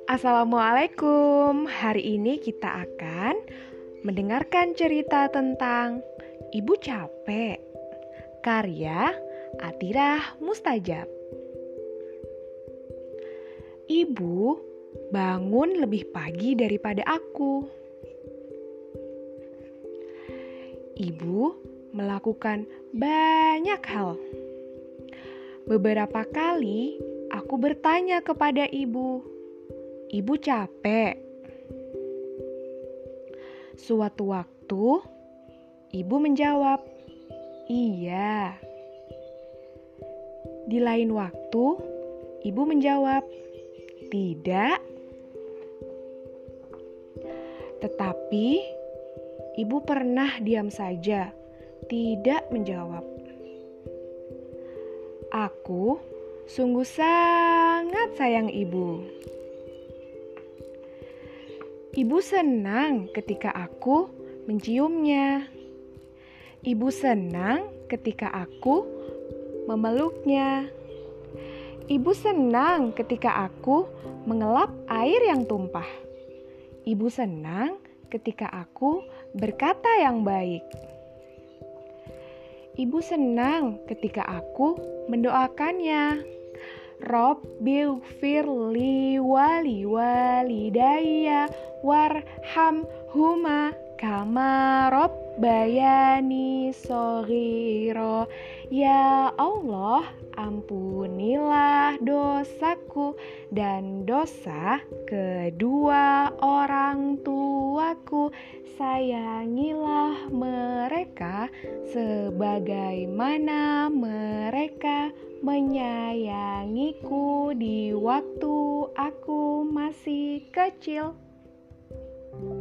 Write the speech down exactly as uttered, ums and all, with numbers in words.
Assalamualaikum. Hari ini kita akan mendengarkan cerita tentang Ibu Capek, karya Atirah Mustajab. Ibu bangun lebih pagi daripada aku. Ibu melakukan banyak hal. Beberapa kali aku bertanya kepada ibu, "Ibu capek?" Suatu waktu, ibu menjawab, "Iya." Di lain waktu, ibu menjawab, "Tidak." Tetapi, ibu pernah diam saja, tidak menjawab. Aku sungguh sangat sayang ibu. Ibu senang ketika aku menciumnya. Ibu senang ketika aku memeluknya. Ibu senang ketika aku mengelap air yang tumpah. Ibu senang ketika aku berkata yang baik. Ibu senang ketika aku mendoakannya. Rabbighfirli wali walidayya warhamhuma kama rabbayani shaghira. Ya Allah, ampunilah dosaku dan dosa kedua orang tuaku. Sayangilah mereka sebagaimana mereka menyayangiku di waktu aku masih kecil.